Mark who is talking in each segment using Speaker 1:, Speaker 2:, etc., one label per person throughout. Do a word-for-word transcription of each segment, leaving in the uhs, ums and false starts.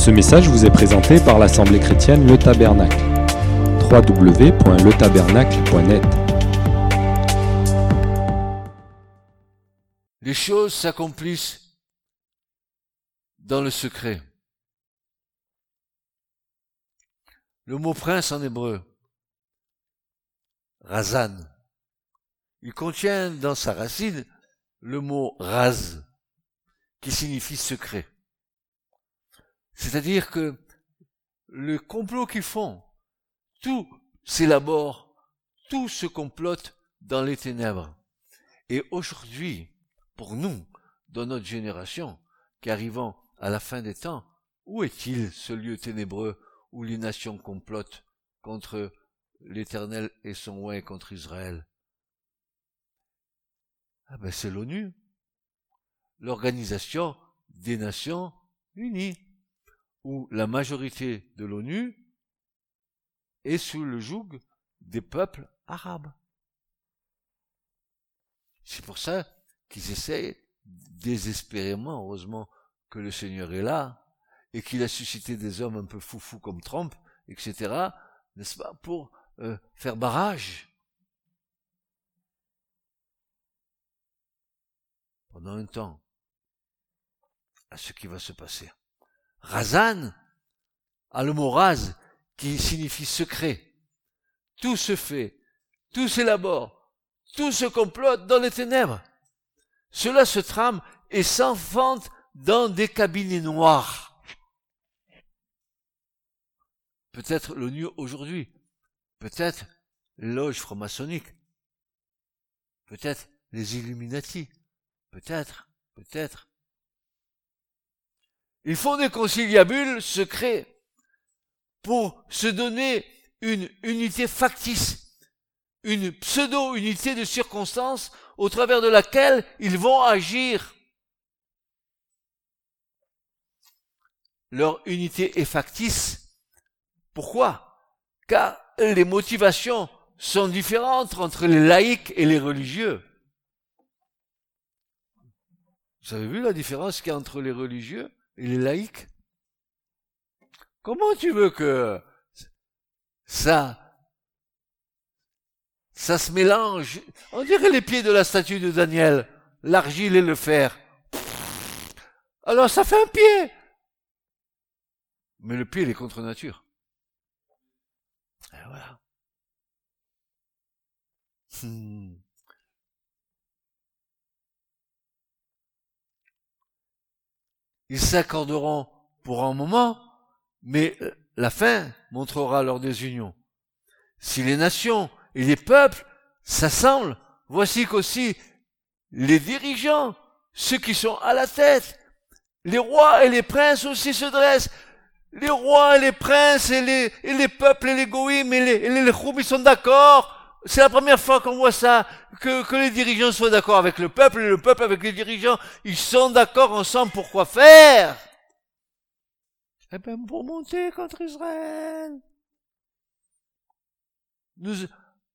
Speaker 1: Ce message vous est présenté par l'Assemblée chrétienne Le Tabernacle. w w w point le tabernacle point net.
Speaker 2: Les choses s'accomplissent dans le secret. Le mot prince en hébreu, razan, il contient dans sa racine le mot raz, qui signifie secret. C'est-à-dire que le complot qu'ils font, tout s'élabore, tout se complote dans les ténèbres. Et aujourd'hui, pour nous, dans notre génération, qui arrivons à la fin des temps, où est-il ce lieu ténébreux où les nations complotent contre l'Éternel et son oint et contre Israël? Ah ben c'est l'ONU, l'Organisation des Nations Unies, où la majorité de l'ONU est sous le joug des peuples arabes. C'est pour ça qu'ils essaient désespérément, heureusement que le Seigneur est là, et qu'il a suscité des hommes un peu foufous comme Trump, et cetera, n'est-ce pas, pour euh, faire barrage. Pendant un temps, à ce qui va se passer. Razan a le mot raz, qui signifie secret. Tout se fait, tout s'élabore, tout se complote dans les ténèbres. Cela se trame et s'enfante dans des cabinets noirs. Peut-être l'ONU aujourd'hui, peut-être les loges franc-maçonniques, peut-être les Illuminati, peut-être, peut-être. Ils font des conciliabules secrets pour se donner une unité factice, une pseudo-unité de circonstances au travers de laquelle ils vont agir. Leur unité est factice. Pourquoi? Car les motivations sont différentes entre les laïcs et les religieux. Vous avez vu la différence qu'il y a entre les religieux et les laïcs? Comment tu veux que ça, ça se mélange? On dirait les pieds de la statue de Daniel, l'argile et le fer. Alors ça fait un pied. Mais le pied, il est contre nature. Et voilà. Hmm. Ils s'accorderont pour un moment, mais la fin montrera leur désunion. Si les nations et les peuples s'assemblent, voici qu'aussi les dirigeants, ceux qui sont à la tête, les rois et les princes aussi se dressent. Les rois et les princes et les, et les peuples et les goïms et les, et les choum, ils sont d'accord. C'est la première fois qu'on voit ça, que, que les dirigeants soient d'accord avec le peuple et le peuple avec les dirigeants. Ils sont d'accord ensemble pour quoi faire? Eh bien, pour monter contre Israël. Nous...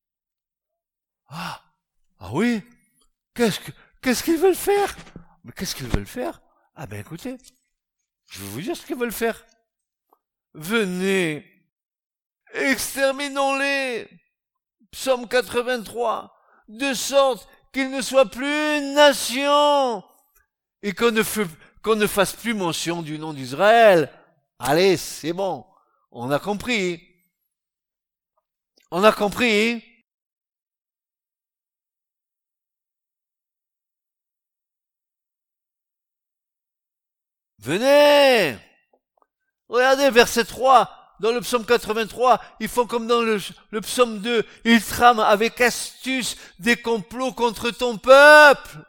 Speaker 2: Ah, ah oui? Qu'est-ce que, qu'est-ce qu'ils veulent faire? Mais qu'est-ce qu'ils veulent faire? Ah ben écoutez, je vais vous dire ce qu'ils veulent faire. Venez, exterminons-les. Psaume quatre-vingt-trois. De sorte qu'ils ne soient plus une nation. Et qu'on ne, f... qu'on ne fasse plus mention du nom d'Israël. Allez, c'est bon. On a compris. On a compris. Venez. Regardez verset trois. Dans le psaume quatre-vingt-trois, ils font comme dans le, le psaume deux. Ils trament avec astuce des complots contre ton peuple.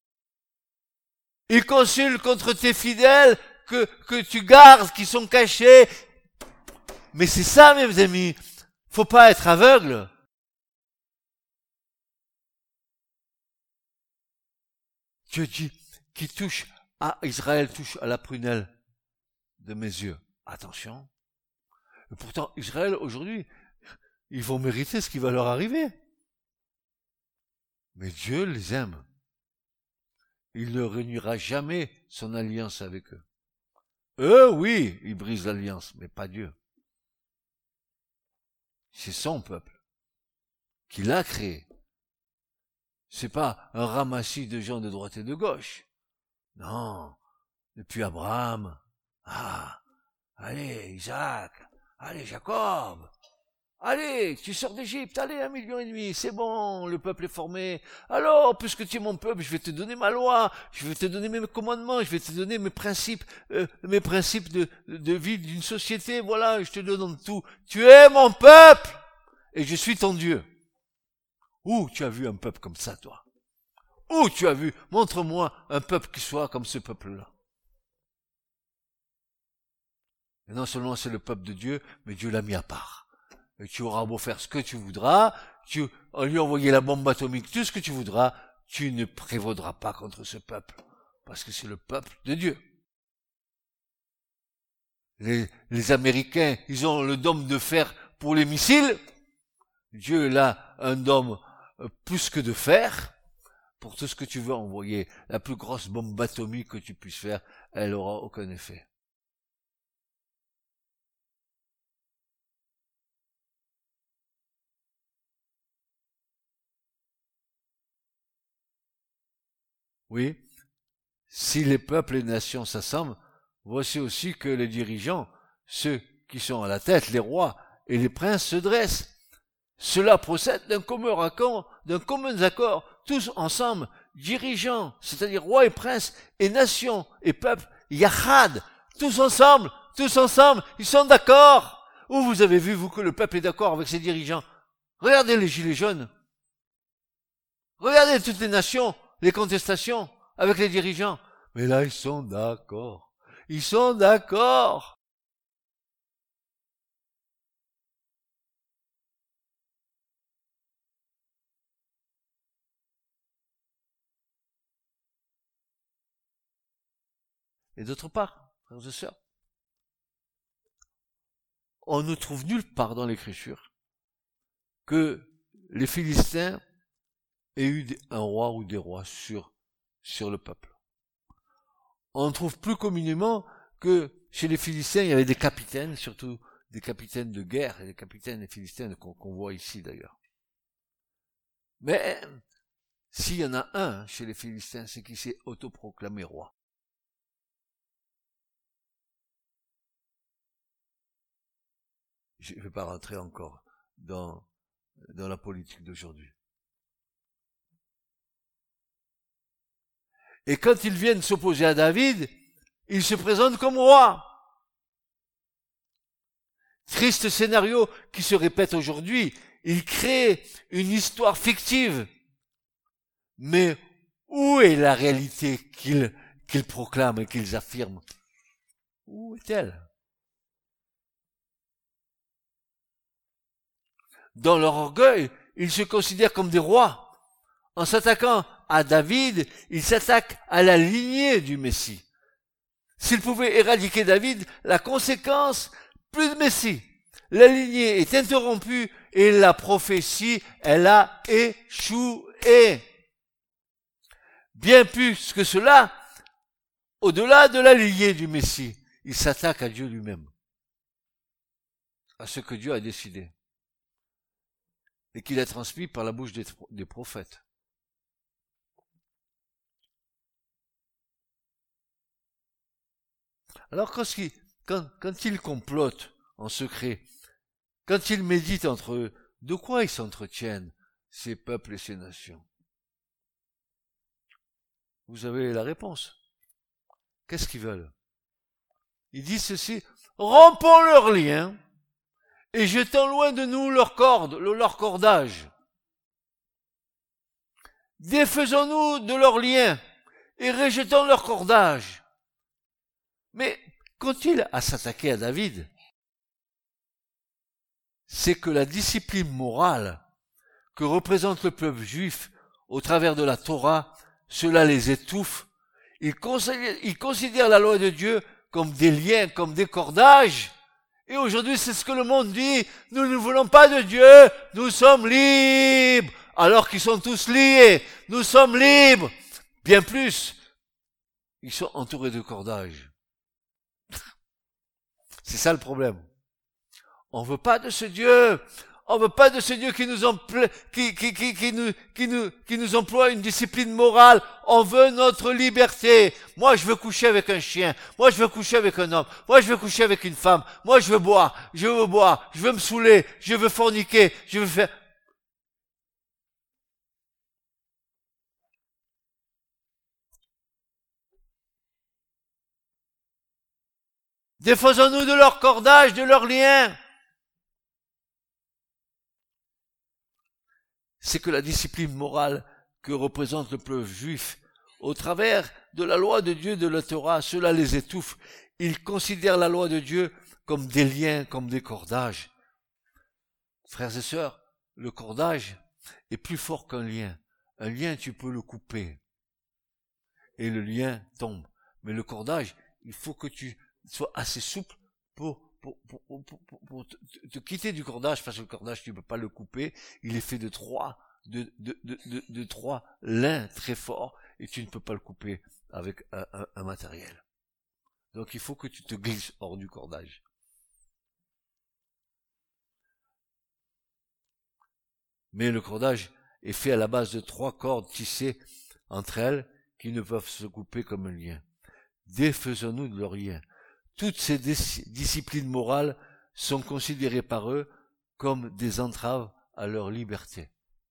Speaker 2: Ils consultent contre tes fidèles que, que tu gardes, qui sont cachés. Mais c'est ça, mes amis. Faut pas être aveugle. Dieu dit, qui touche à Israël, touche à la prunelle de mes yeux. Attention. Et pourtant, Israël, aujourd'hui, ils vont mériter ce qui va leur arriver. Mais Dieu les aime. Il ne reniera jamais son alliance avec eux. Eux, oui, ils brisent l'alliance, mais pas Dieu. C'est son peuple qui l'a créé. C'est pas un ramassis de gens de droite et de gauche. Non. Depuis Abraham. Ah. Allez, Isaac. Allez, Jacob. Allez, tu sors d'Égypte. Allez, un million et demi. C'est bon, le peuple est formé. Alors, puisque tu es mon peuple, je vais te donner ma loi. Je vais te donner mes commandements. Je vais te donner mes principes, euh, mes principes de, de vie d'une société. Voilà, je te donne tout. Tu es mon peuple. Et je suis ton Dieu. Où tu as vu un peuple comme ça, toi? Où tu as vu? Montre-moi un peuple qui soit comme ce peuple-là. Et non seulement c'est le peuple de Dieu, mais Dieu l'a mis à part. Et tu auras beau faire ce que tu voudras, tu lui envoyer la bombe atomique, tout ce que tu voudras, tu ne prévaudras pas contre ce peuple. Parce que c'est le peuple de Dieu. Les, les Américains, ils ont le dôme de fer pour les missiles. Dieu, là, un dôme plus que de fer. Pour tout ce que tu veux envoyer, la plus grosse bombe atomique que tu puisses faire, elle n'aura aucun effet. Oui, si les peuples et les nations s'assemblent, voici aussi que les dirigeants, ceux qui sont à la tête, les rois et les princes se dressent. Cela procède d'un commun accord, d'un commun accord, tous ensemble, dirigeants, c'est-à-dire rois et princes, et nations et peuples, yachad, tous ensemble, tous ensemble, ils sont d'accord. Où vous avez vu, vous, que le peuple est d'accord avec ses dirigeants? Regardez les gilets jaunes. Regardez toutes les nations, les contestations avec les dirigeants. Mais là, ils sont d'accord. Ils sont d'accord. Et d'autre part, frères et sœurs, on ne trouve nulle part dans l'Écriture que les Philistins aient eu un roi ou des rois sur, sur le peuple. On trouve plus communément que chez les Philistins, il y avait des capitaines, surtout des capitaines de guerre, et des capitaines des Philistins qu'on, qu'on voit ici d'ailleurs. Mais s'il y en a un chez les Philistins, c'est qui s'est autoproclamé roi. Je ne vais pas rentrer encore dans, dans la politique d'aujourd'hui. Et quand ils viennent s'opposer à David, ils se présentent comme roi. Triste scénario qui se répète aujourd'hui. Ils créent une histoire fictive. Mais où est la réalité qu'ils, qu'ils proclament et qu'ils affirment? Où est-elle? Dans leur orgueil, ils se considèrent comme des rois. En s'attaquant à David, ils s'attaquent à la lignée du Messie. S'ils pouvaient éradiquer David, la conséquence, plus de Messie. La lignée est interrompue et la prophétie, elle a échoué. Bien plus que cela, au-delà de la lignée du Messie, ils s'attaquent à Dieu lui-même, à ce que Dieu a décidé et qu'il a transmis par la bouche des, des prophètes. Alors quand, quand, quand ils complotent en secret, quand ils méditent entre eux, de quoi ils s'entretiennent, ces peuples et ces nations? Vous avez la réponse. Qu'est-ce qu'ils veulent? Ils disent ceci: rompons leurs liens et jetons loin de nous leurs cordes, leur cordage. Défaisons-nous de leurs liens et rejetons leur cordage. Mais qu'ont-ils à s'attaquer à David? C'est que la discipline morale que représente le peuple juif au travers de la Torah, cela les étouffe. Ils considèrent, ils considèrent la loi de Dieu comme des liens, comme des cordages. Et aujourd'hui, c'est ce que le monde dit. Nous ne voulons pas de Dieu, nous sommes libres. Alors qu'ils sont tous liés, nous sommes libres. Bien plus, ils sont entourés de cordages. C'est ça le problème. On veut pas de ce Dieu. On veut pas de ce Dieu qui nous, emploie, qui, qui, qui, qui, nous, qui, nous, qui nous emploie une discipline morale. On veut notre liberté. Moi, je veux coucher avec un chien. Moi, je veux coucher avec un homme. Moi, je veux coucher avec une femme. Moi, je veux boire. Je veux boire. Je veux me saouler. Je veux forniquer. Je veux faire... Défaisons-nous de leur cordage, de leurs liens. C'est que la discipline morale que représente le peuple juif, au travers de la loi de Dieu, de la Torah, cela les étouffe. Ils considèrent la loi de Dieu comme des liens, comme des cordages. Frères et sœurs, le cordage est plus fort qu'un lien. Un lien, tu peux le couper. Et le lien tombe. Mais le cordage, il faut que tu sois assez souple pour, pour, pour, pour, pour, pour te, te quitter du cordage, parce que le cordage, tu ne peux pas le couper. Il est fait de trois, de, de, de, de, de trois liens très forts, et tu ne peux pas le couper avec un, un, un matériel. Donc il faut que tu te glisses hors du cordage. Mais le cordage est fait à la base de trois cordes tissées entre elles qui ne peuvent se couper comme un lien. Défaisons-nous de leur lien. Toutes ces disciplines morales sont considérées par eux comme des entraves à leur liberté.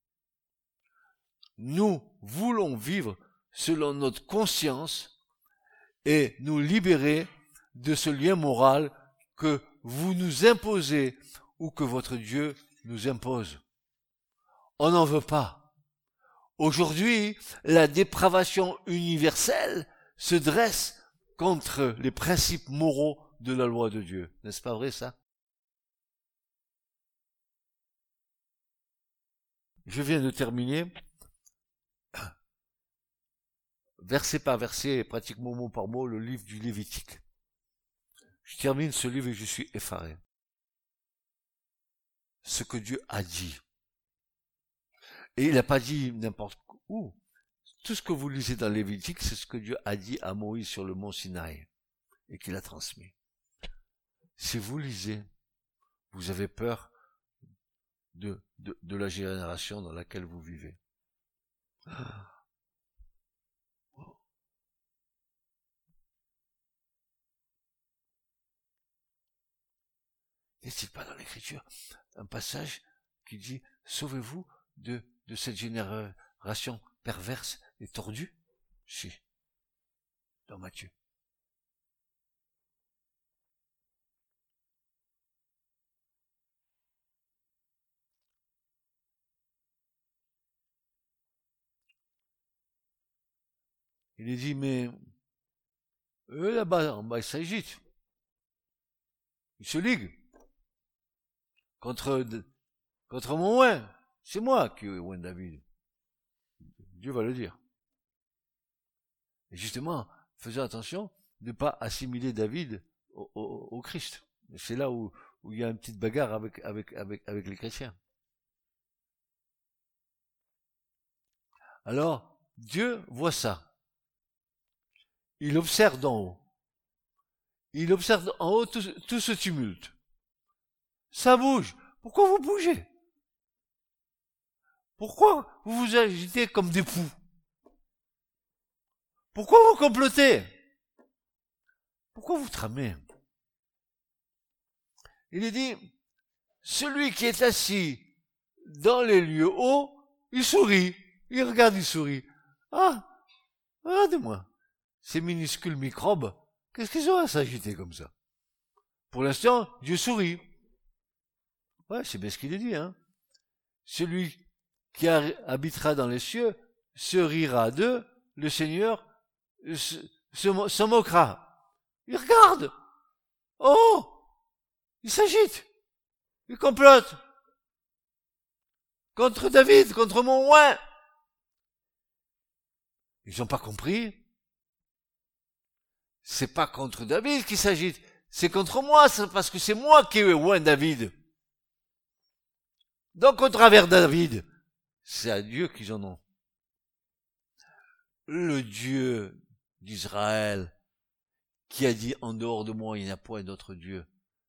Speaker 2: Nous voulons vivre selon notre conscience et nous libérer de ce lien moral que vous nous imposez ou que votre Dieu nous impose. On n'en veut pas. Aujourd'hui, la dépravation universelle se dresse contre les principes moraux de la loi de Dieu. N'est-ce pas vrai ça? Je viens de terminer, verset par verset, pratiquement mot par mot, le livre du Lévitique. Je termine ce livre et je suis effaré. Ce que Dieu a dit. Et il n'a pas dit n'importe où. Tout ce que vous lisez dans Lévitique, c'est ce que Dieu a dit à Moïse sur le mont Sinaï et qu'il a transmis. Si vous lisez, vous avez peur de, de, de la génération dans laquelle vous vivez. N'est-il pas dans l'Écriture un passage qui dit « Sauvez-vous de, de cette génération perverse et tordue » ? Si, dans Matthieu. Il est dit, mais eux là-bas, en bas, ils s'agitent. Ils se liguent contre, contre mon oint. C'est moi qui ai oint David. Dieu va le dire. Et justement, faisons attention de ne pas assimiler David au, au, au Christ. C'est là où, où il y a une petite bagarre avec, avec, avec, avec les chrétiens. Alors, Dieu voit ça. Il observe d'en haut. Il observe en haut tout, tout ce tumulte. Ça bouge. Pourquoi vous bougez? Pourquoi vous vous agitez comme des poux? Pourquoi vous complotez? Pourquoi vous tramez? Il est dit, celui qui est assis dans les lieux hauts, il sourit. Il regarde, il sourit. Ah, regardez-moi. Ces minuscules microbes, qu'est-ce qu'ils ont à s'agiter comme ça? Pour l'instant, Dieu sourit. Ouais, c'est bien ce qu'il est dit, hein. Celui qui habitera dans les cieux se rira d'eux, le Seigneur se, se, se moquera. Il regarde. Oh, il s'agite. Il complote. Contre David, contre mon oint. Ils n'ont pas compris. C'est pas contre David qui s'agite, c'est contre moi, c'est parce que c'est moi qui ai oint David. Donc au travers de David, c'est à Dieu qu'ils en ont. Le Dieu d'Israël, qui a dit en dehors de moi il n'y a point d'autre Dieu,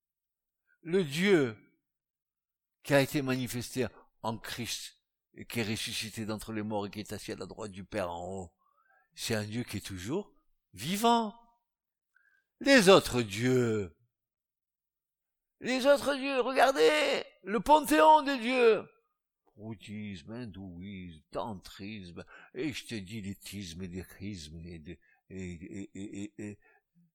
Speaker 2: le Dieu qui a été manifesté en Christ et qui est ressuscité d'entre les morts et qui est assis à la droite du Père en haut, c'est un Dieu qui est toujours vivant. Les autres dieux, les autres dieux, regardez, le panthéon des dieux, bouddhisme, hindouisme, tantrisme, et je te dis des tismes et des chrismes, et, des, et, et, et, et, et.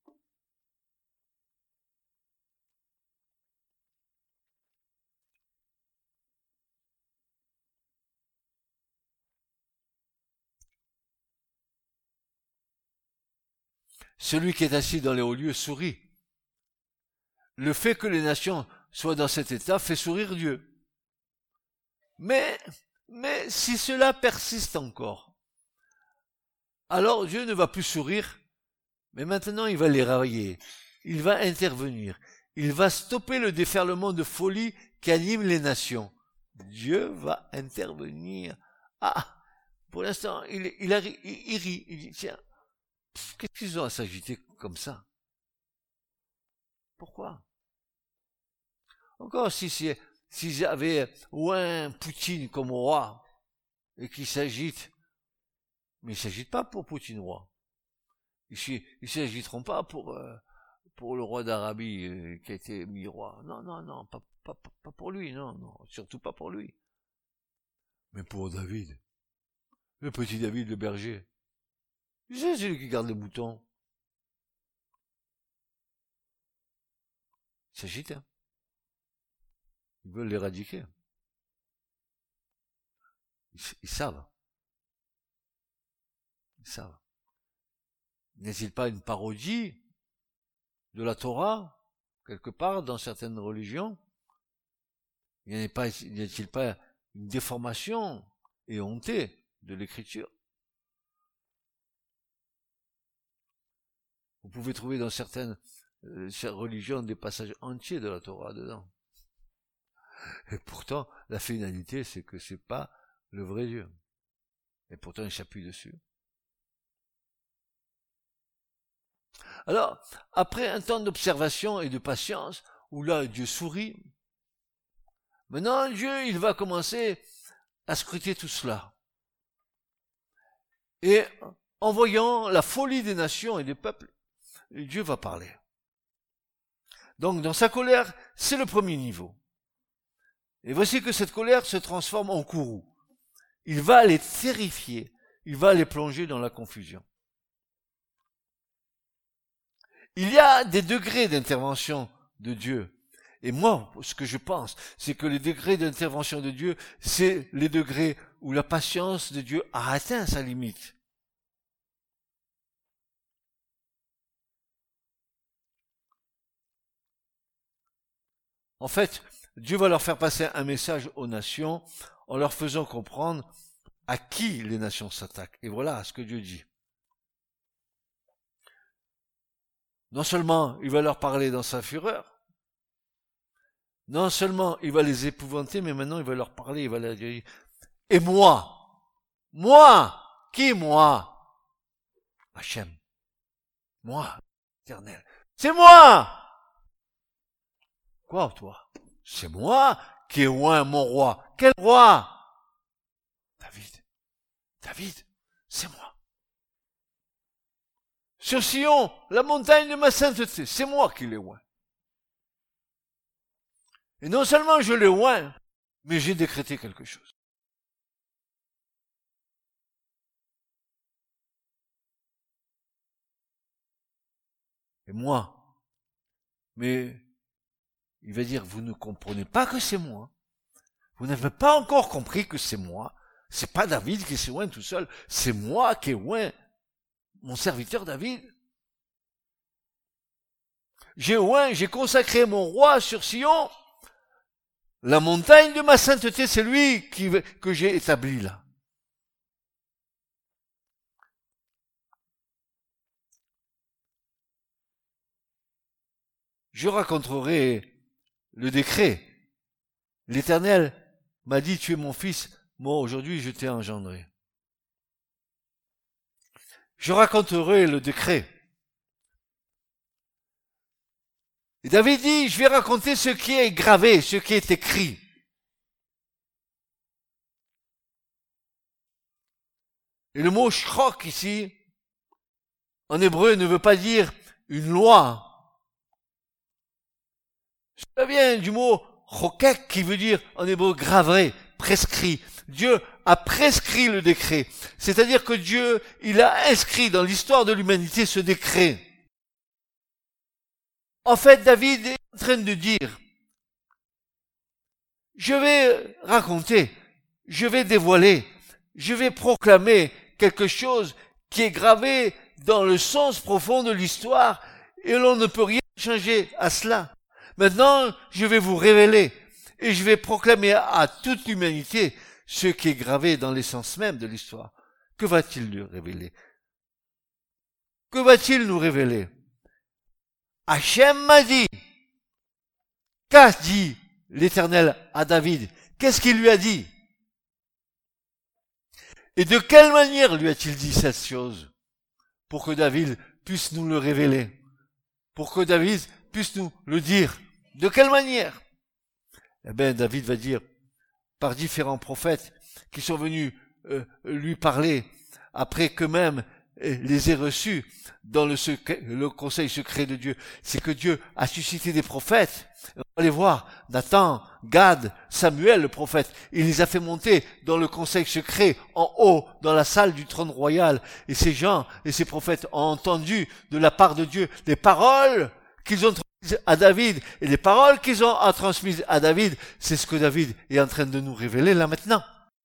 Speaker 2: Celui qui est assis dans les hauts lieux sourit. Le fait que les nations soient dans cet état fait sourire Dieu. Mais, mais si cela persiste encore, alors Dieu ne va plus sourire, mais maintenant il va les railler, il va intervenir, il va stopper le déferlement de folie qui anime les nations. Dieu va intervenir. Ah, pour l'instant, il, il, a, il, il rit, il dit, tiens, qu'est-ce qu'ils ont à s'agiter comme ça? Pourquoi? Encore si c'est s'ils avaient oint Poutine comme roi et qu'il s'agite, mais ils ne s'agitent pas pour Poutine roi. Ils ne s'agiteront pas pour euh, pour le roi d'Arabie euh, qui a été mis roi. Non, non, non, pas, pas, pas pour lui, non, non, surtout pas pour lui. Mais pour David, le petit David le berger. C'est celui qui garde les moutons. Il s'agite, hein. Ils veulent l'éradiquer. Ils, ils savent. Ils savent. N'est-il pas une parodie de la Torah, quelque part, dans certaines religions? Il n'y a-t-il pas une déformation éhontée de l'écriture? Vous pouvez trouver dans certaines euh, religions des passages entiers de la Torah dedans. Et pourtant, la finalité, c'est que c'est pas le vrai Dieu. Et pourtant, il s'appuie dessus. Alors, après un temps d'observation et de patience, où là, Dieu sourit, maintenant, Dieu, il va commencer à scruter tout cela. Et en voyant la folie des nations et des peuples, Dieu va parler. Donc, dans sa colère, c'est le premier niveau. Et voici que cette colère se transforme en courroux. Il va les terrifier. Il va les plonger dans la confusion. Il y a des degrés d'intervention de Dieu. Et moi, ce que je pense, c'est que les degrés d'intervention de Dieu, c'est les degrés où la patience de Dieu a atteint sa limite. En fait, Dieu va leur faire passer un message aux nations en leur faisant comprendre à qui les nations s'attaquent. Et voilà ce que Dieu dit. Non seulement il va leur parler dans sa fureur, non seulement il va les épouvanter, mais maintenant il va leur parler, il va leur dire, et moi, moi, qui moi? Hachem, moi, éternel, c'est moi! Quoi, toi? C'est moi qui ai oint mon roi. Quel roi? David. David, c'est moi. Sur Sion, la montagne de ma sainteté, c'est moi qui l'ai oint. Et non seulement je l'ai oint, mais j'ai décrété quelque chose. Et moi, mais il va dire, vous ne comprenez pas que c'est moi. Vous n'avez pas encore compris que c'est moi. C'est pas David qui s'est oint tout seul. C'est moi qui ai oint mon serviteur David. J'ai oint, j'ai consacré mon roi sur Sion. La montagne de ma sainteté, c'est lui qui, que j'ai établi là. Je raconterai le décret. L'Éternel m'a dit, tu es mon fils, moi aujourd'hui je t'ai engendré. Je raconterai le décret. Et David dit, je vais raconter ce qui est gravé, ce qui est écrit. Et le mot shrok ici, en hébreu, ne veut pas dire une loi. Ça vient du mot chokek qui veut dire en hébreu gravé, prescrit. Dieu a prescrit le décret. C'est-à-dire que Dieu, il a inscrit dans l'histoire de l'humanité ce décret. En fait, David est en train de dire, je vais raconter, je vais dévoiler, je vais proclamer quelque chose qui est gravé dans le sens profond de l'histoire et l'on ne peut rien changer à cela. Maintenant, je vais vous révéler et je vais proclamer à toute l'humanité ce qui est gravé dans l'essence même de l'histoire. Que va-t-il nous révéler? Que va-t-il nous révéler? Hachem m'a dit. Qu'a dit l'Éternel à David? Qu'est-ce qu'il lui a dit? Et de quelle manière lui a-t-il dit cette chose? Pour que David puisse nous le révéler. Pour que David puisse nous le dire. De quelle manière? Eh bien, David va dire, par différents prophètes qui sont venus euh, lui parler après qu'eux-mêmes les aient reçus dans le, secret, le conseil secret de Dieu. C'est que Dieu a suscité des prophètes. On va les voir, Nathan, Gad, Samuel le prophète. Il les a fait monter dans le conseil secret, en haut, dans la salle du trône royal. Et ces gens et ces prophètes ont entendu de la part de Dieu les paroles qu'ils ont transmises à David. Et les paroles qu'ils ont transmises à David, c'est ce que David est en train de nous révéler là maintenant.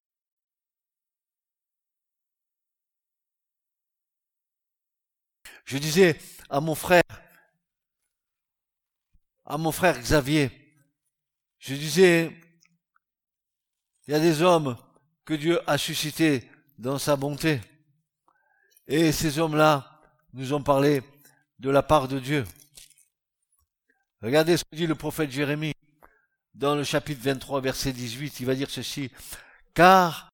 Speaker 2: Je disais à mon frère, à mon frère Xavier, je disais, il y a des hommes que Dieu a suscités dans sa bonté. Et ces hommes-là nous ont parlé de la part de Dieu. Regardez ce que dit le prophète Jérémie dans le chapitre vingt-trois, verset dix-huit. Il va dire ceci, car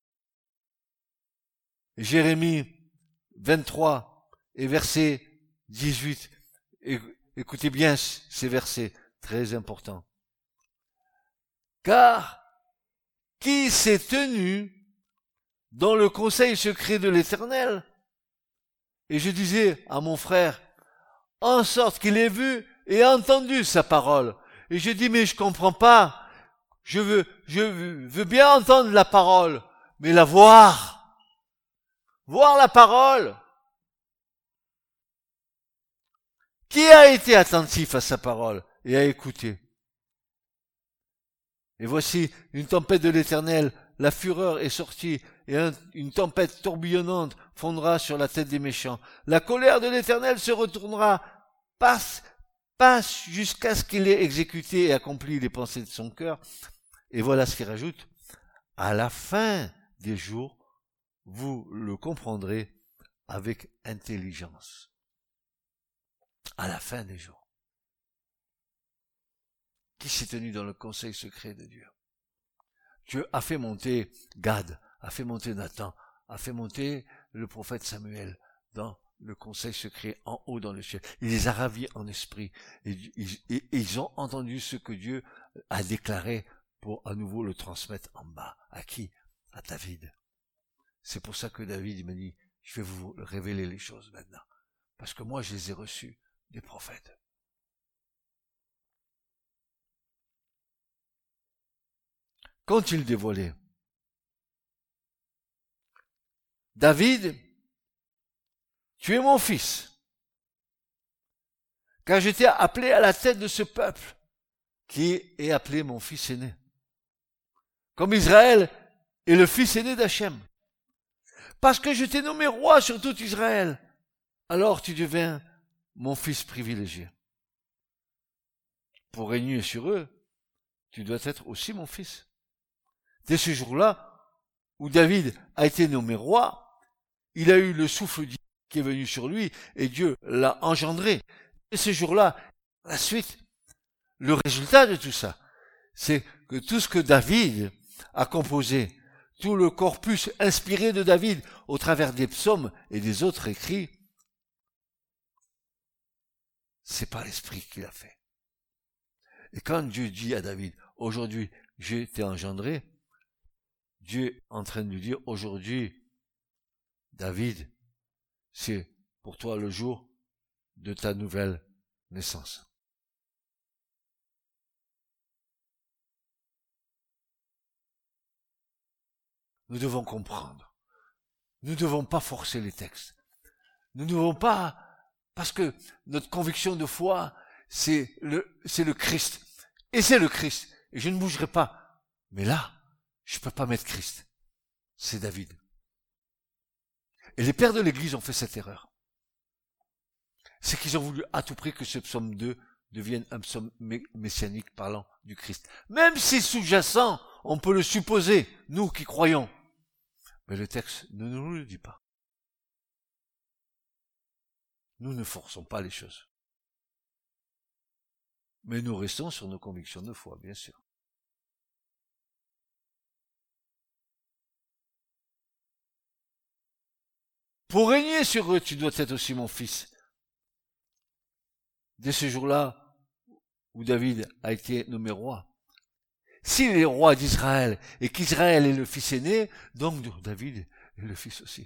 Speaker 2: Jérémie vingt-trois et verset dix-huit, écoutez bien ces versets très importants. Car qui s'est tenu dans le conseil secret de l'Éternel? Et je disais à mon frère, en sorte qu'il ait vu et entendu sa parole. Et je dis, mais je comprends pas. Je veux, je veux bien entendre la parole, mais la voir. Voir la parole. Qui a été attentif à sa parole et a écouté? Et voici une tempête de l'Éternel, la fureur est sortie, et un, une tempête tourbillonnante fondra sur la tête des méchants. La colère de l'Éternel se retournera, passe, passe jusqu'à ce qu'il ait exécuté et accompli les pensées de son cœur. Et voilà ce qu'il rajoute. À la fin des jours, vous le comprendrez avec intelligence. À la fin des jours. Qui s'est tenu dans le conseil secret de Dieu? Dieu a fait monter Gad, a fait monter Nathan, a fait monter le prophète Samuel dans le conseil secret en haut dans le ciel. Il les a ravis en esprit et, et, et ils ont entendu ce que Dieu a déclaré pour à nouveau le transmettre en bas. À qui? À David. C'est pour ça que David m'a dit, je vais vous révéler les choses maintenant. Parce que moi je les ai reçus des prophètes. Qu'ont-ils dévoilé? David, tu es mon fils, car j'étais appelé à la tête de ce peuple, qui est appelé mon fils aîné. Comme Israël est le fils aîné d'Hachem. Parce que je t'ai nommé roi sur tout Israël, alors tu deviens mon fils privilégié. Pour régner sur eux, tu dois être aussi mon fils. Dès ce jour-là, où David a été nommé roi, il a eu le souffle divin qui est venu sur lui, et Dieu l'a engendré. Dès ce jour-là, la suite, le résultat de tout ça, c'est que tout ce que David a composé, tout le corpus inspiré de David au travers des psaumes et des autres écrits, c'est pas l'esprit qui l'a fait. Et quand Dieu dit à David, aujourd'hui, je t'ai engendré, Dieu est en train de lui dire, aujourd'hui, David, c'est pour toi le jour de ta nouvelle naissance. Nous devons comprendre. Nous ne devons pas forcer les textes. Nous ne devons pas, parce que notre conviction de foi, c'est le, c'est le Christ. Et c'est le Christ. Et je ne bougerai pas. Mais là, je ne peux pas mettre Christ. C'est David. Et les pères de l'Église ont fait cette erreur. C'est qu'ils ont voulu à tout prix que ce psaume deux devienne un psaume messianique parlant du Christ. Même si sous-jacent, on peut le supposer, nous qui croyons. Mais le texte ne nous le dit pas. Nous ne forçons pas les choses. Mais nous restons sur nos convictions de foi, bien sûr. Pour régner sur eux, tu dois être aussi mon fils. Dès ce jour-là, où David a été nommé roi, s'il est roi d'Israël, et qu'Israël est le fils aîné, donc David est le fils aussi.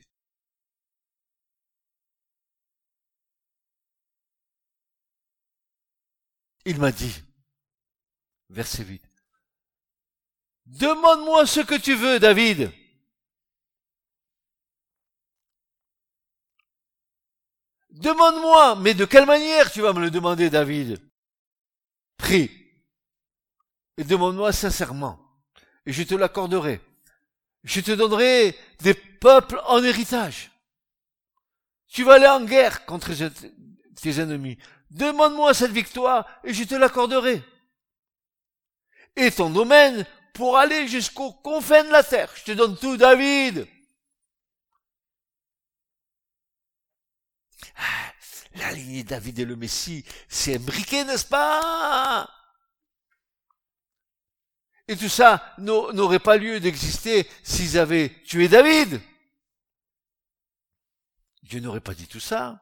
Speaker 2: Il m'a dit, verset huit, demande-moi ce que tu veux, David. Demande-moi, mais de quelle manière tu vas me le demander, David? Prie. Et demande-moi sincèrement. Et je te l'accorderai. Je te donnerai des peuples en héritage. Tu vas aller en guerre contre tes ennemis. Demande-moi cette victoire et je te l'accorderai. Et ton domaine pour aller jusqu'aux confins de la terre. Je te donne tout, David. Ah, la lignée David et le Messie, c'est imbriqué, n'est-ce pas? Et tout ça n'aurait pas lieu d'exister s'ils avaient tué David. Dieu n'aurait pas dit tout ça.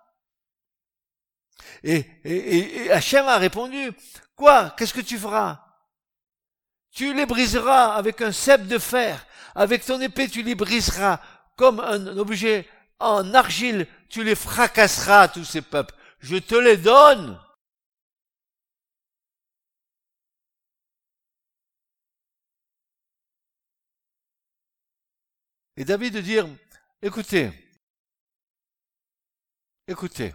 Speaker 2: Et, et, et Hachem a répondu, quoi? Qu'est-ce que tu feras? Tu les briseras avec un cep de fer. Avec ton épée, tu les briseras comme un objet en argile. Tu les fracasseras, tous ces peuples. Je te les donne. Et David de dire, écoutez, écoutez,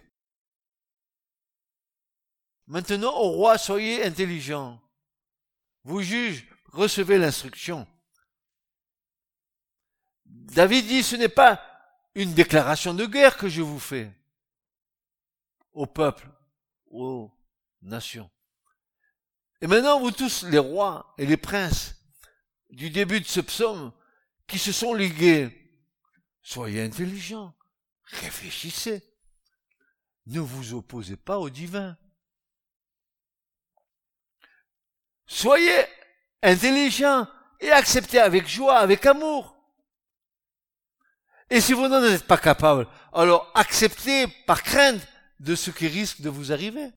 Speaker 2: maintenant au roi, soyez intelligents. Vous juges, recevez l'instruction. David dit, ce n'est pas une déclaration de guerre que je vous fais au peuple, aux nations. Et maintenant, vous tous, les rois et les princes, du début de ce psaume, qui se sont ligués, soyez intelligents, réfléchissez, ne vous opposez pas au divin. Soyez intelligents et acceptez avec joie, avec amour. Et si vous n'en êtes pas capable, alors acceptez par crainte de ce qui risque de vous arriver.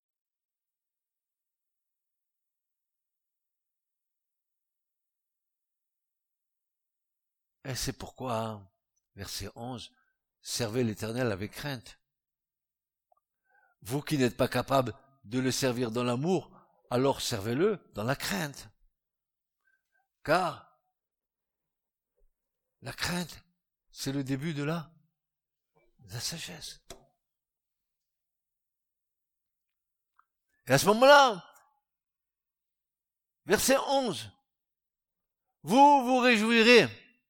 Speaker 2: Et c'est pourquoi, verset onze, servez l'Éternel avec crainte. Vous qui n'êtes pas capable de le servir dans l'amour, alors servez-le dans la crainte. Car la crainte, c'est le début de la, de la sagesse. Et à ce moment-là, verset onze, vous vous réjouirez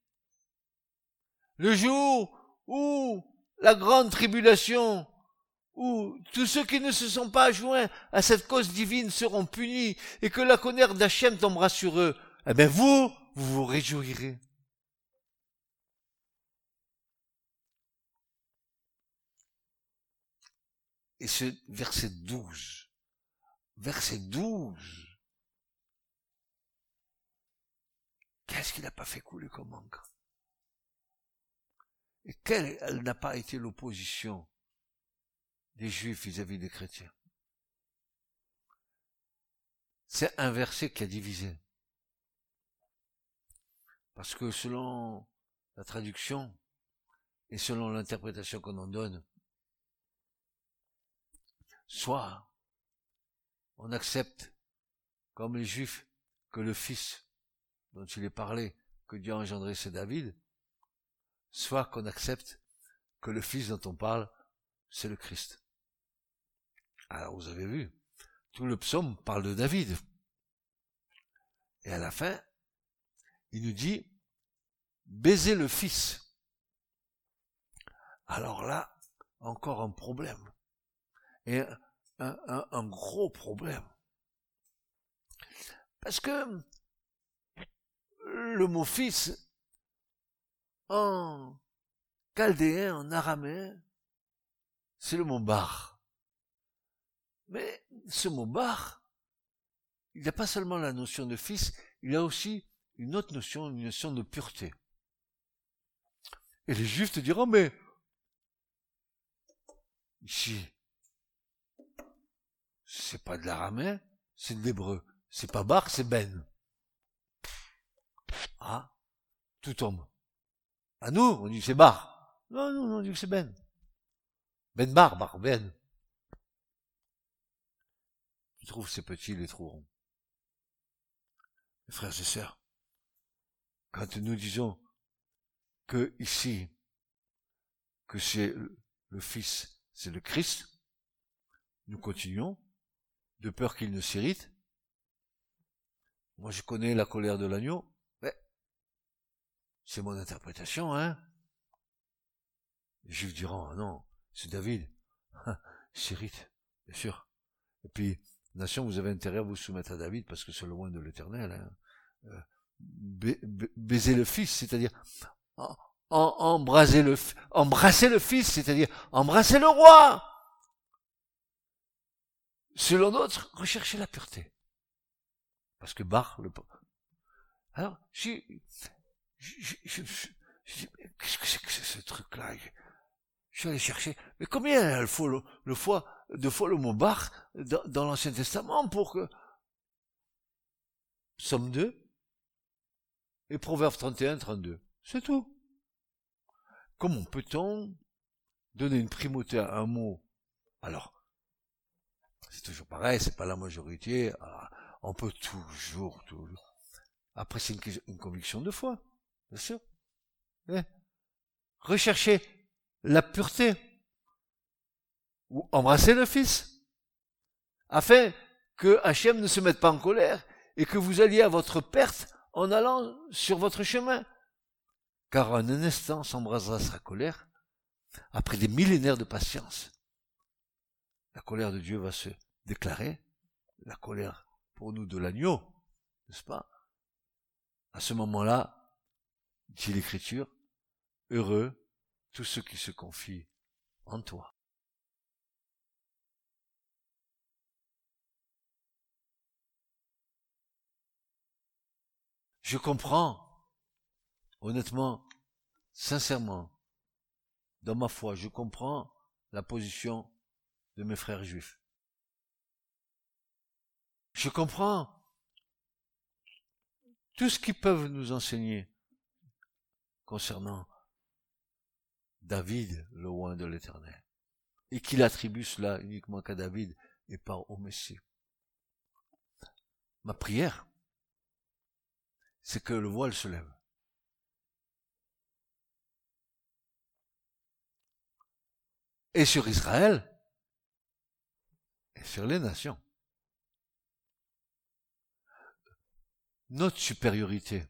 Speaker 2: le jour où la grande tribulation, où tous ceux qui ne se sont pas joints à cette cause divine seront punis et que la colère d'Hachem tombera sur eux, eh bien vous, vous vous réjouirez. Et ce verset douze, verset douze, qu'est-ce qu'il n'a pas fait couler comme encre? Et quelle n'a pas été l'opposition des Juifs vis-à-vis des chrétiens? c'est un verset qui a divisé. Parce que selon la traduction et selon l'interprétation qu'on en donne, soit on accepte, comme les Juifs, que le Fils dont il est parlé, que Dieu a engendré, c'est David, soit qu'on accepte que le Fils dont on parle, c'est le Christ. Alors vous avez vu, tout le psaume parle de David. Et à la fin, il nous dit, baiser le Fils. Alors là, encore un problème. Et un, un, un gros problème. Parce que le mot fils, en chaldéen, en araméen, c'est le mot bar. Mais ce mot bar, il n'a pas seulement la notion de fils, il a aussi une autre notion, une notion de pureté. Et les Juifs te diront, mais ici, c'est pas de l'araméen, c'est de l'hébreu. C'est pas bar, c'est ben. Ah, tout tombe. À nous, on dit que c'est bar. Non, non, on dit que c'est ben. Ben bar, bar, ben. Tu trouves ces petits, les trouveront. Mes frères et sœurs, quand nous disons que ici, que c'est le Fils, c'est le Christ, nous continuons, de peur qu'il ne s'irrite. Moi, je connais la colère de l'agneau. Ouais. C'est mon interprétation, hein. Les Juifs diront, ah non, c'est David. Il s'irrite, bien sûr. Et puis, nation, vous avez intérêt à vous soumettre à David parce que c'est le loin de l'Éternel. Hein. Euh, ba ba baiser le Fils, c'est-à-dire en, en, embraser le, embrasser le Fils, c'est-à-dire embrasser le roi. Selon d'autres, rechercher la pureté. Parce que bar, le... Alors, je, je, je, je, je dis, mais qu'est-ce que c'est que ce truc-là? Je, je suis allé chercher, mais combien il faut le, le fois, de fois le mot bar dans, dans l'Ancien Testament pour que... Psaume deux et Proverbe trente et un, trente-deux. C'est tout. Comment peut-on donner une primauté à un mot? Alors, c'est toujours pareil, c'est pas la majorité, alors, on peut toujours, toujours. Après, c'est une, une conviction de foi, bien sûr. Eh. Rechercher la pureté, ou embrasser le Fils, afin que Hachem ne se mette pas en colère, et que vous alliez à votre perte en allant sur votre chemin. Car en un instant s'embrasera sa colère, après des millénaires de patience. La colère de Dieu va se déclarer, la colère pour nous de l'agneau, n'est-ce pas? À ce moment-là, dit l'Écriture, heureux tous ceux qui se confient en toi. Je comprends, honnêtement, sincèrement, dans ma foi, je comprends la position de mes frères juifs. Je comprends tout ce qu'ils peuvent nous enseigner concernant David, le roi de l'Éternel, et qu'il attribue cela uniquement qu'à David et pas au Messie. Ma prière, c'est que le voile se lève. Et sur Israël, et sur les nations. Notre supériorité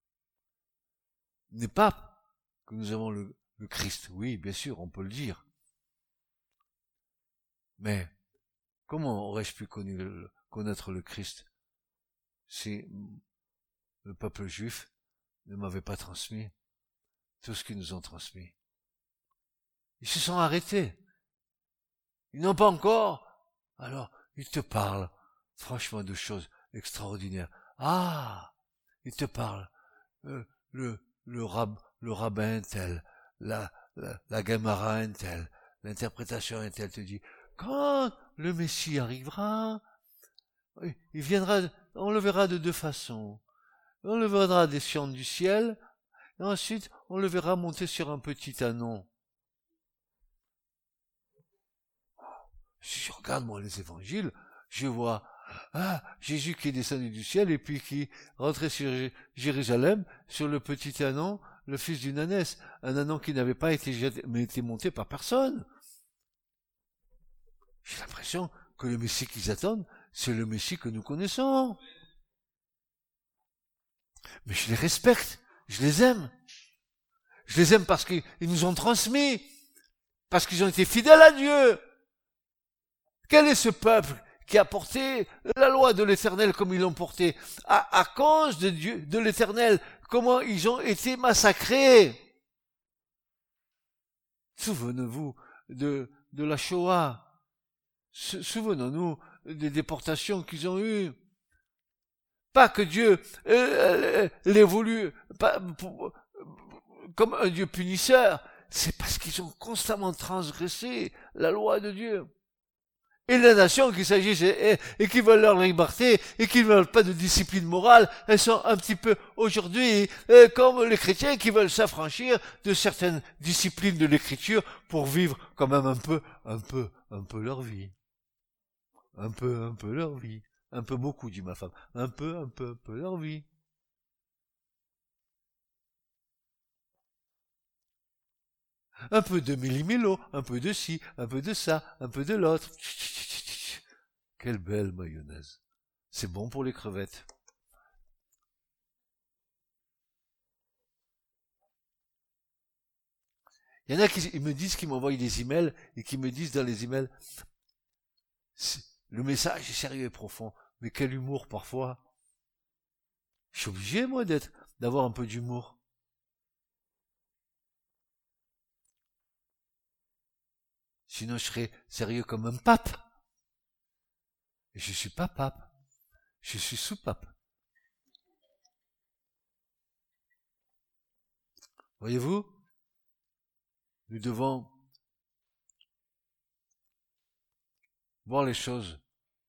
Speaker 2: n'est pas que nous avons le, le Christ. Oui, bien sûr, on peut le dire. Mais comment aurais-je pu connaître le Christ si le peuple juif ne m'avait pas transmis tout ce qu'ils nous ont transmis? Ils se sont arrêtés. Ils n'ont pas encore. Alors, ils te parlent, franchement, de choses extraordinaires. Ah, ils te parlent. Euh, le, le, rab, le rabbin tel, la, la, la Gemara tel, l'interprétation tel te dit, quand le Messie arrivera, il viendra, on le verra de deux façons. On le verra descendre du ciel, et ensuite on le verra monter sur un petit anon. Si je regarde moi les évangiles, je vois ah, Jésus qui est descendu du ciel et puis qui rentrait sur Jérusalem sur le petit anon, le fils d'une ânesse, un anon qui n'avait pas été, jeté, mais été monté par personne. J'ai l'impression que le Messie qu'ils attendent, c'est le Messie que nous connaissons. Mais je les respecte, je les aime. Je les aime parce qu'ils nous ont transmis, parce qu'ils ont été fidèles à Dieu. Quel est ce peuple qui a porté la loi de l'Éternel comme ils l'ont porté à, à cause de Dieu, de l'Éternel, comment ils ont été massacrés. Souvenez-vous de, de la Shoah. Souvenons-nous des déportations qu'ils ont eues. Pas que Dieu euh, l'ait voulu pas, pour, comme un Dieu punisseur, c'est parce qu'ils ont constamment transgressé la loi de Dieu. Et les nations qui s'agissent et, et qui veulent leur liberté et qui ne veulent pas de discipline morale, elles sont un petit peu aujourd'hui euh, comme les chrétiens qui veulent s'affranchir de certaines disciplines de l'écriture pour vivre quand même un peu, un peu, un peu leur vie. Un peu, un peu leur vie. Un peu beaucoup, dit ma femme. Un peu, un peu, un peu leur vie. Un peu de millimilo, un peu de ci, un peu de ça, un peu de l'autre. Quelle belle mayonnaise. C'est bon pour les crevettes. Il y en a qui ils me disent, qui m'envoient des emails et qui me disent dans les emails, le message est sérieux et profond, mais quel humour parfois. Je suis obligé, moi, d'être, d'avoir un peu d'humour. Sinon, je serais sérieux comme un pape. Et je suis pas pape. Je suis sous-pape. Voyez-vous, nous devons voir les choses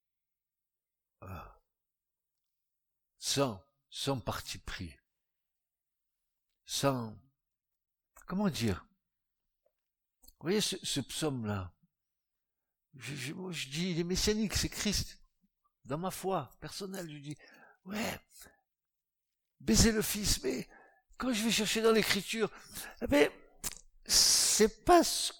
Speaker 2: sans, sans parti pris. Sans, comment dire? Vous voyez ce, ce psaume-là, je, je, je dis, il est messianique, c'est Christ. Dans ma foi personnelle, je dis, ouais, baiser le Fils, mais quand je vais chercher dans l'écriture, eh ben, c'est pas ce,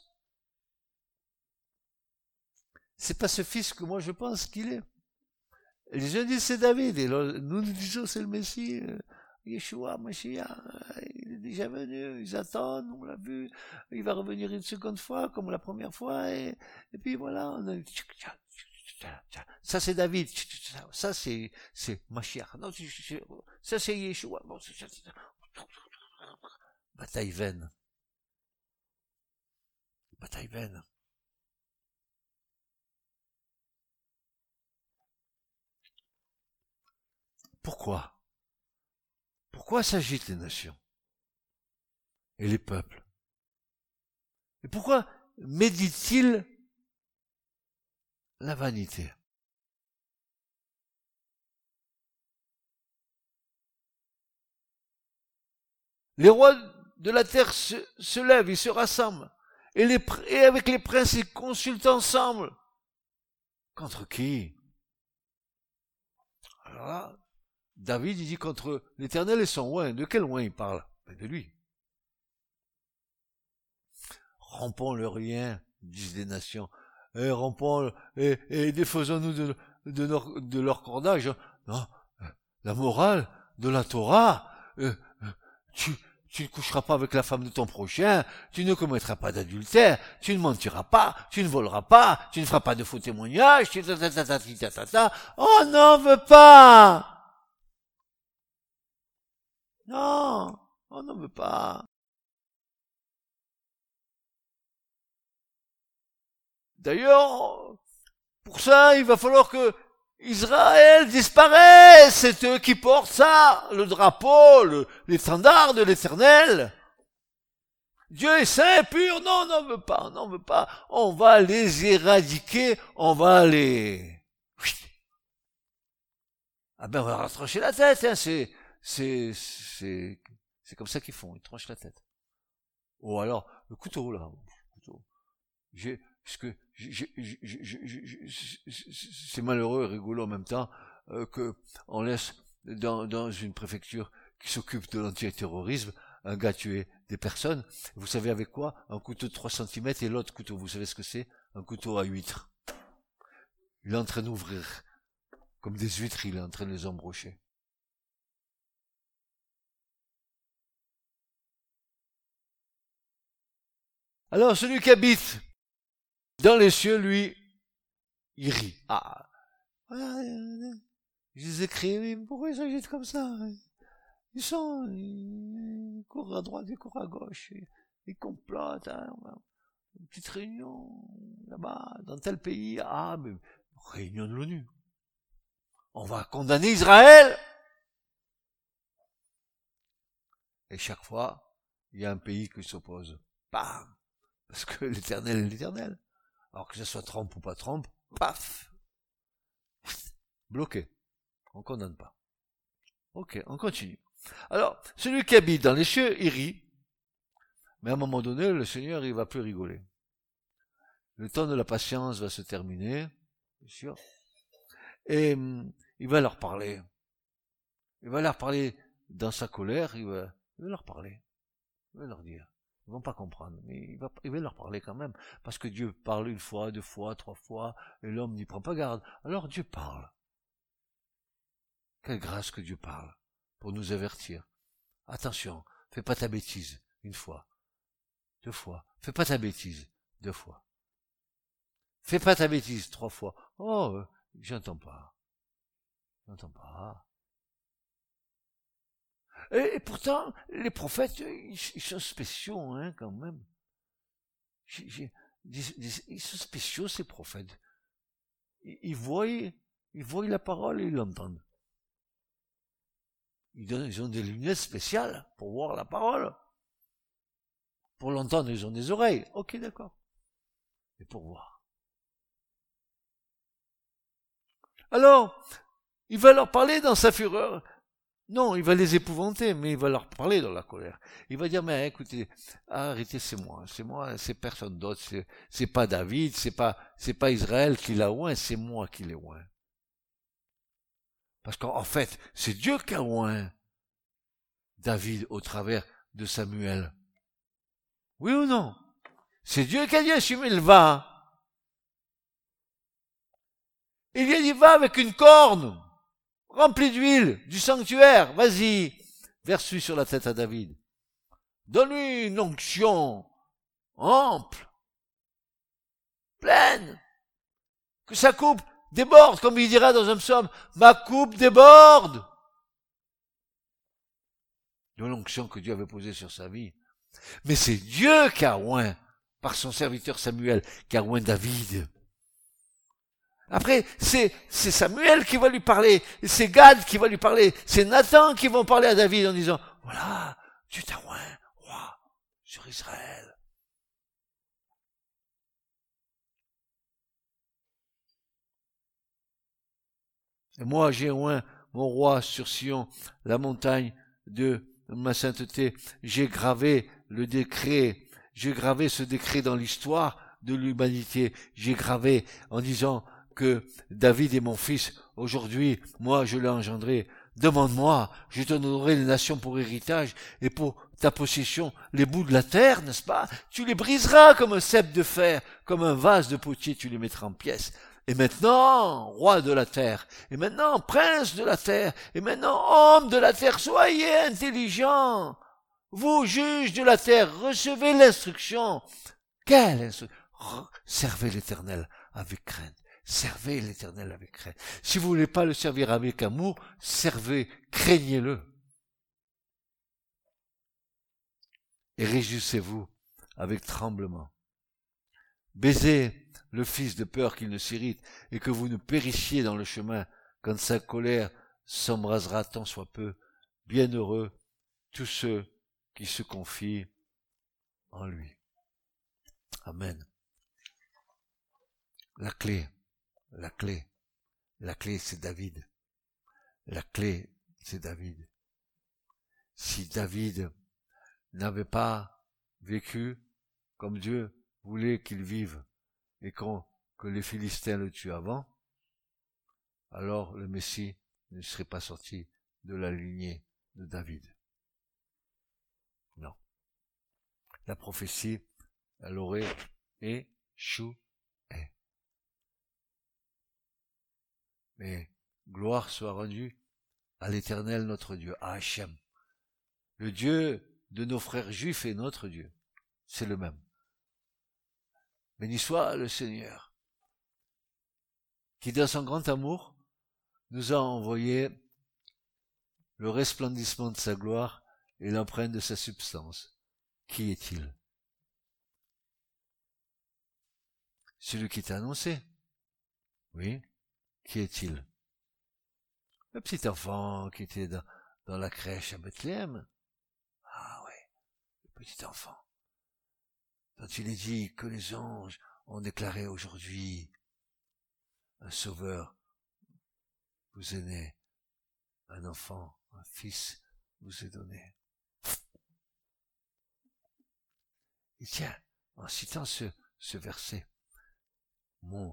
Speaker 2: c'est pas ce Fils que moi je pense qu'il est. Et les gens disent c'est David, et là, nous nous disons c'est le Messie, euh, Yeshua, Mashiach, il est déjà venu, ils attendent, on l'a vu, il va revenir une seconde fois, comme la première fois, et, et puis voilà, on a... ça c'est David, ça c'est, c'est Mashiach, non, ça c'est Yeshua, bon, c'est... bataille vaine, bataille vaine. Pourquoi? Pourquoi s'agitent les nations et les peuples? Et pourquoi médite-t-il la vanité? Les rois de la terre se, se lèvent, ils se rassemblent, et, les, et avec les princes, ils consultent ensemble. Contre qui? Alors là, David, il dit contre l'Éternel et son oint. De quel oint il parle? De lui. Rompons le rien, disent les nations. Et rompons, et, et défaisons-nous de, de, leur, de leur cordage. Non, la morale de la Torah, euh, tu, tu ne coucheras pas avec la femme de ton prochain, tu ne commettras pas d'adultère, tu ne mentiras pas, tu ne voleras pas, tu ne feras pas de faux témoignages, tu ta ta ta ta ta ta ta. On n'en veut pas! Non, on n'en veut pas. D'ailleurs, pour ça, il va falloir que Israël disparaisse. C'est eux qui portent ça, le drapeau, le, l'étendard de l'Éternel. Dieu est saint et pur. Non, on n'en veut pas, on n'en veut pas. On va les éradiquer, on va les... Ah ben on va leur trancher la tête, hein, c'est, c'est, c'est, c'est comme ça qu'ils font, ils tranchent la tête. Ou alors, le couteau, là, le couteau. J'ai, parce que, j'ai, j'ai, j'ai, j'ai, j'ai, c'est malheureux et rigolo en même temps, euh, que, on laisse dans, dans une préfecture qui s'occupe de l'antiterrorisme, un gars tuer des personnes. Vous savez avec quoi? Un couteau de trois centimètres et l'autre couteau, vous savez ce que c'est? Un couteau à huîtres. Il est en train d'ouvrir. Comme des huîtres, il est en train de les embrocher. Alors, celui qui habite dans les cieux, lui, il rit. Ah, je les ai créés, mais pourquoi ils s'agitent comme ça? Ils sont, ils courent à droite, ils courent à gauche, ils, ils complotent, hein, une petite réunion, là-bas, dans tel pays, ah, mais, réunion de l'ONU. On va condamner Israël! Et chaque fois, il y a un pays qui s'oppose. Bam! Parce que l'éternel est l'éternel. Alors que ce soit Trump ou pas Trump, paf! Bloqué. On condamne pas. Ok, on continue. Alors, celui qui habite dans les cieux, il rit. Mais à un moment donné, le Seigneur, il va plus rigoler. Le temps de la patience va se terminer, bien sûr. Et hum, il va leur parler. Il va leur parler dans sa colère, il va, il va leur parler. Il va leur dire. Ils vont pas comprendre, mais il va, il va leur parler quand même. Parce que Dieu parle une fois, deux fois, trois fois, et l'homme n'y prend pas garde. Alors Dieu parle. Quelle grâce que Dieu parle, pour nous avertir. Attention, fais pas ta bêtise, une fois, deux fois. Fais pas ta bêtise, deux fois. Fais pas ta bêtise, trois fois. Oh, euh, j'entends pas. J'entends pas. Et, et pourtant, les prophètes, ils, ils sont spéciaux, hein, quand même. J'ai, j'ai, ils sont spéciaux, ces prophètes. Ils, ils voient, ils voient la parole et ils l'entendent. Ils, donnent, ils ont des lunettes spéciales pour voir la parole. Pour l'entendre, ils ont des oreilles. Ok, d'accord. Et pour voir. Alors, il va leur parler dans sa fureur. Non, il va les épouvanter, mais il va leur parler dans la colère. Il va dire, mais écoutez, arrêtez, c'est moi, c'est moi, c'est personne d'autre, c'est, c'est pas David, c'est pas, c'est pas Israël qui l'a oint, c'est moi qui l'ai oint. Parce qu'en fait, c'est Dieu qui a oint David au travers de Samuel. Oui ou non? C'est Dieu qui a dit à Samuel, va. Il lui a dit, va avec une corne, remplie d'huile, du sanctuaire, vas-y, verse-lui sur la tête à David. Donne-lui une onction ample, pleine, que sa coupe déborde, comme il dira dans un psaume, ma coupe déborde. De l'onction que Dieu avait posée sur sa vie. Mais c'est Dieu qui a oint, par son serviteur Samuel, qui a oint David. Après, c'est, c'est Samuel qui va lui parler, c'est Gad qui va lui parler, c'est Nathan qui va parler à David en disant, voilà, Dieu t'a oint, roi, sur Israël. Et moi, j'ai oint mon roi sur Sion, la montagne de ma sainteté. J'ai gravé le décret, j'ai gravé ce décret dans l'histoire de l'humanité. J'ai gravé en disant que David est mon fils. Aujourd'hui, moi, je l'ai engendré. Demande-moi, je te donnerai les nations pour héritage et pour ta possession les bouts de la terre, n'est-ce pas? Tu les briseras comme un cep de fer, comme un vase de potier, tu les mettras en pièces. Et maintenant, roi de la terre, et maintenant, prince de la terre, et maintenant, homme de la terre, soyez intelligents. Vous, juges de la terre, recevez l'instruction. Quelle instruction? Servez l'Éternel avec crainte. Servez l'Éternel avec crainte. Si vous voulez pas le servir avec amour, servez, craignez-le. Et réjouissez-vous avec tremblement. Baisez le Fils de peur qu'il ne s'irrite et que vous ne périssiez dans le chemin quand sa colère s'embrasera tant soit peu. Bienheureux tous ceux qui se confient en lui. Amen. La clé, la clé, la clé c'est David. la clé, c'est David. Si David n'avait pas vécu comme Dieu voulait qu'il vive et qu'on, que les Philistins le tuent avant, alors le Messie ne serait pas sorti de la lignée de David. Non. La prophétie, elle aurait échoué. Mais gloire soit rendue à l'Éternel notre Dieu, à Hachem. Le Dieu de nos frères juifs est notre Dieu. C'est le même. Béni soit le Seigneur, qui dans son grand amour nous a envoyé le resplendissement de sa gloire et l'empreinte de sa substance. Qui est-il? Celui qui t'a annoncé. Oui. Qui est-il? Le petit enfant qui était dans, dans la crèche à Bethléem. Ah oui, le petit enfant. Dont il est dit que les anges ont déclaré aujourd'hui un sauveur vous est né, un enfant, un fils vous est donné. Et tiens, en citant ce, ce verset, mon,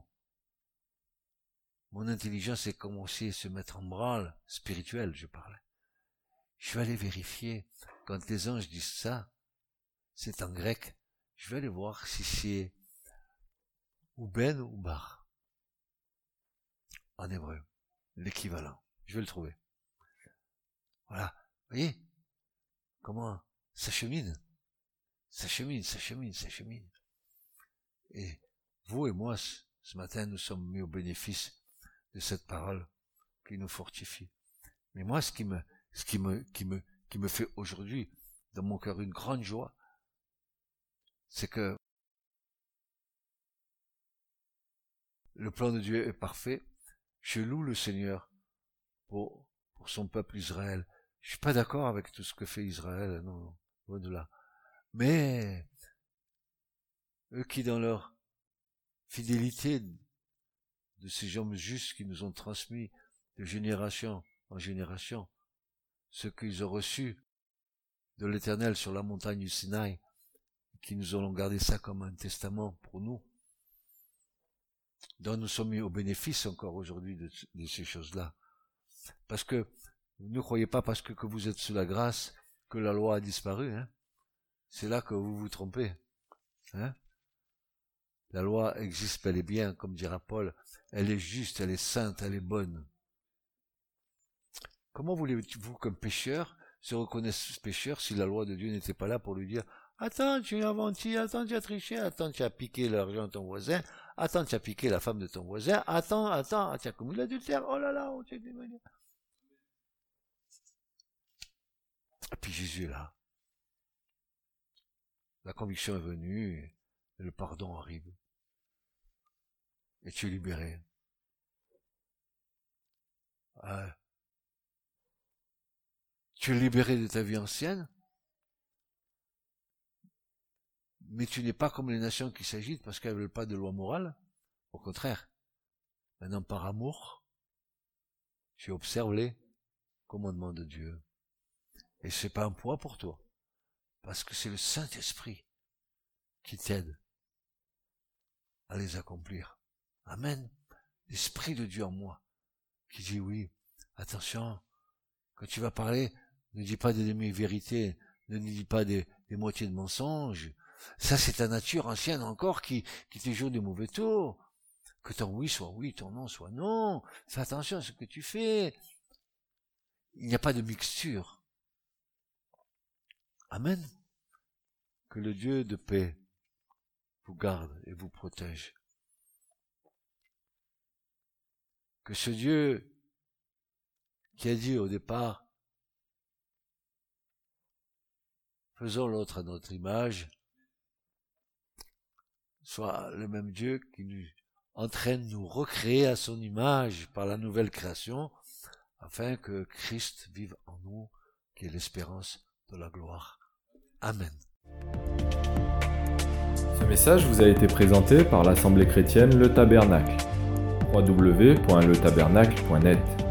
Speaker 2: mon intelligence est commencé à se mettre en branle, spirituelle, je parlais. Je vais aller vérifier, quand les anges disent ça, c'est en grec, je vais aller voir si c'est ou ben ou bar. En hébreu, l'équivalent. Je vais le trouver. Voilà. Vous voyez comment ça chemine, ça chemine, ça chemine, ça chemine. Et vous et moi, ce matin, nous sommes mis au bénéfice de cette parole qui nous fortifie. Mais moi, ce qui me, ce qui me, qui me, qui me fait aujourd'hui, dans mon cœur, une grande joie, c'est que le plan de Dieu est parfait. Je loue le Seigneur pour, pour son peuple Israël. Je suis pas d'accord avec tout ce que fait Israël, non, non, loin de là. Mais, eux qui dans leur fidélité de ces gens justes qui nous ont transmis de génération en génération, ce qu'ils ont reçu de l'Éternel sur la montagne du Sinaï, qui nous ont gardé ça comme un testament pour nous, dont nous sommes mis au bénéfice encore aujourd'hui de, de ces choses-là. Parce que, ne croyez pas parce que, que vous êtes sous la grâce que la loi a disparu, hein. C'est là que vous vous trompez, hein. La loi existe bel et bien, comme dira Paul, elle est juste, elle est sainte, elle est bonne. Comment voulez-vous qu'un pécheur se reconnaisse pécheur si la loi de Dieu n'était pas là pour lui dire « Attends, tu as menti, attends, tu as triché, attends, tu as piqué l'argent de ton voisin, attends, tu as piqué la femme de ton voisin, attends, attends, tu as commis l'adultère, oh là là, oh, tu es démoniaque. » Et puis Jésus est là. La conviction est venue, et le pardon arrive. Et tu es libéré. Euh, tu es libéré de ta vie ancienne, mais tu n'es pas comme les nations qui s'agitent parce qu'elles ne veulent pas de loi morale. Au contraire, maintenant par amour, tu observes les commandements de Dieu. Et c'est pas un poids pour toi, parce que c'est le Saint-Esprit qui t'aide à les accomplir. Amen. L'Esprit de Dieu en moi, qui dit oui, attention, quand tu vas parler, ne dis pas des demi-vérités, ne dis pas des, des moitiés de mensonges. Ça, c'est ta nature ancienne encore qui, qui te joue des mauvais tours. Que ton oui soit oui, ton non soit non. Fais attention à ce que tu fais. Il n'y a pas de mixture. Amen. Que le Dieu de paix vous garde et vous protège. Que ce Dieu qui a dit au départ, faisons l'autre à notre image, soit le même Dieu qui nous entraîne nous recréer à son image par la nouvelle création, afin que Christ vive en nous, qui est l'espérance de la gloire. Amen.
Speaker 1: Ce message vous a été présenté par l'Assemblée chrétienne Le Tabernacle. w w w point le tabernacle point net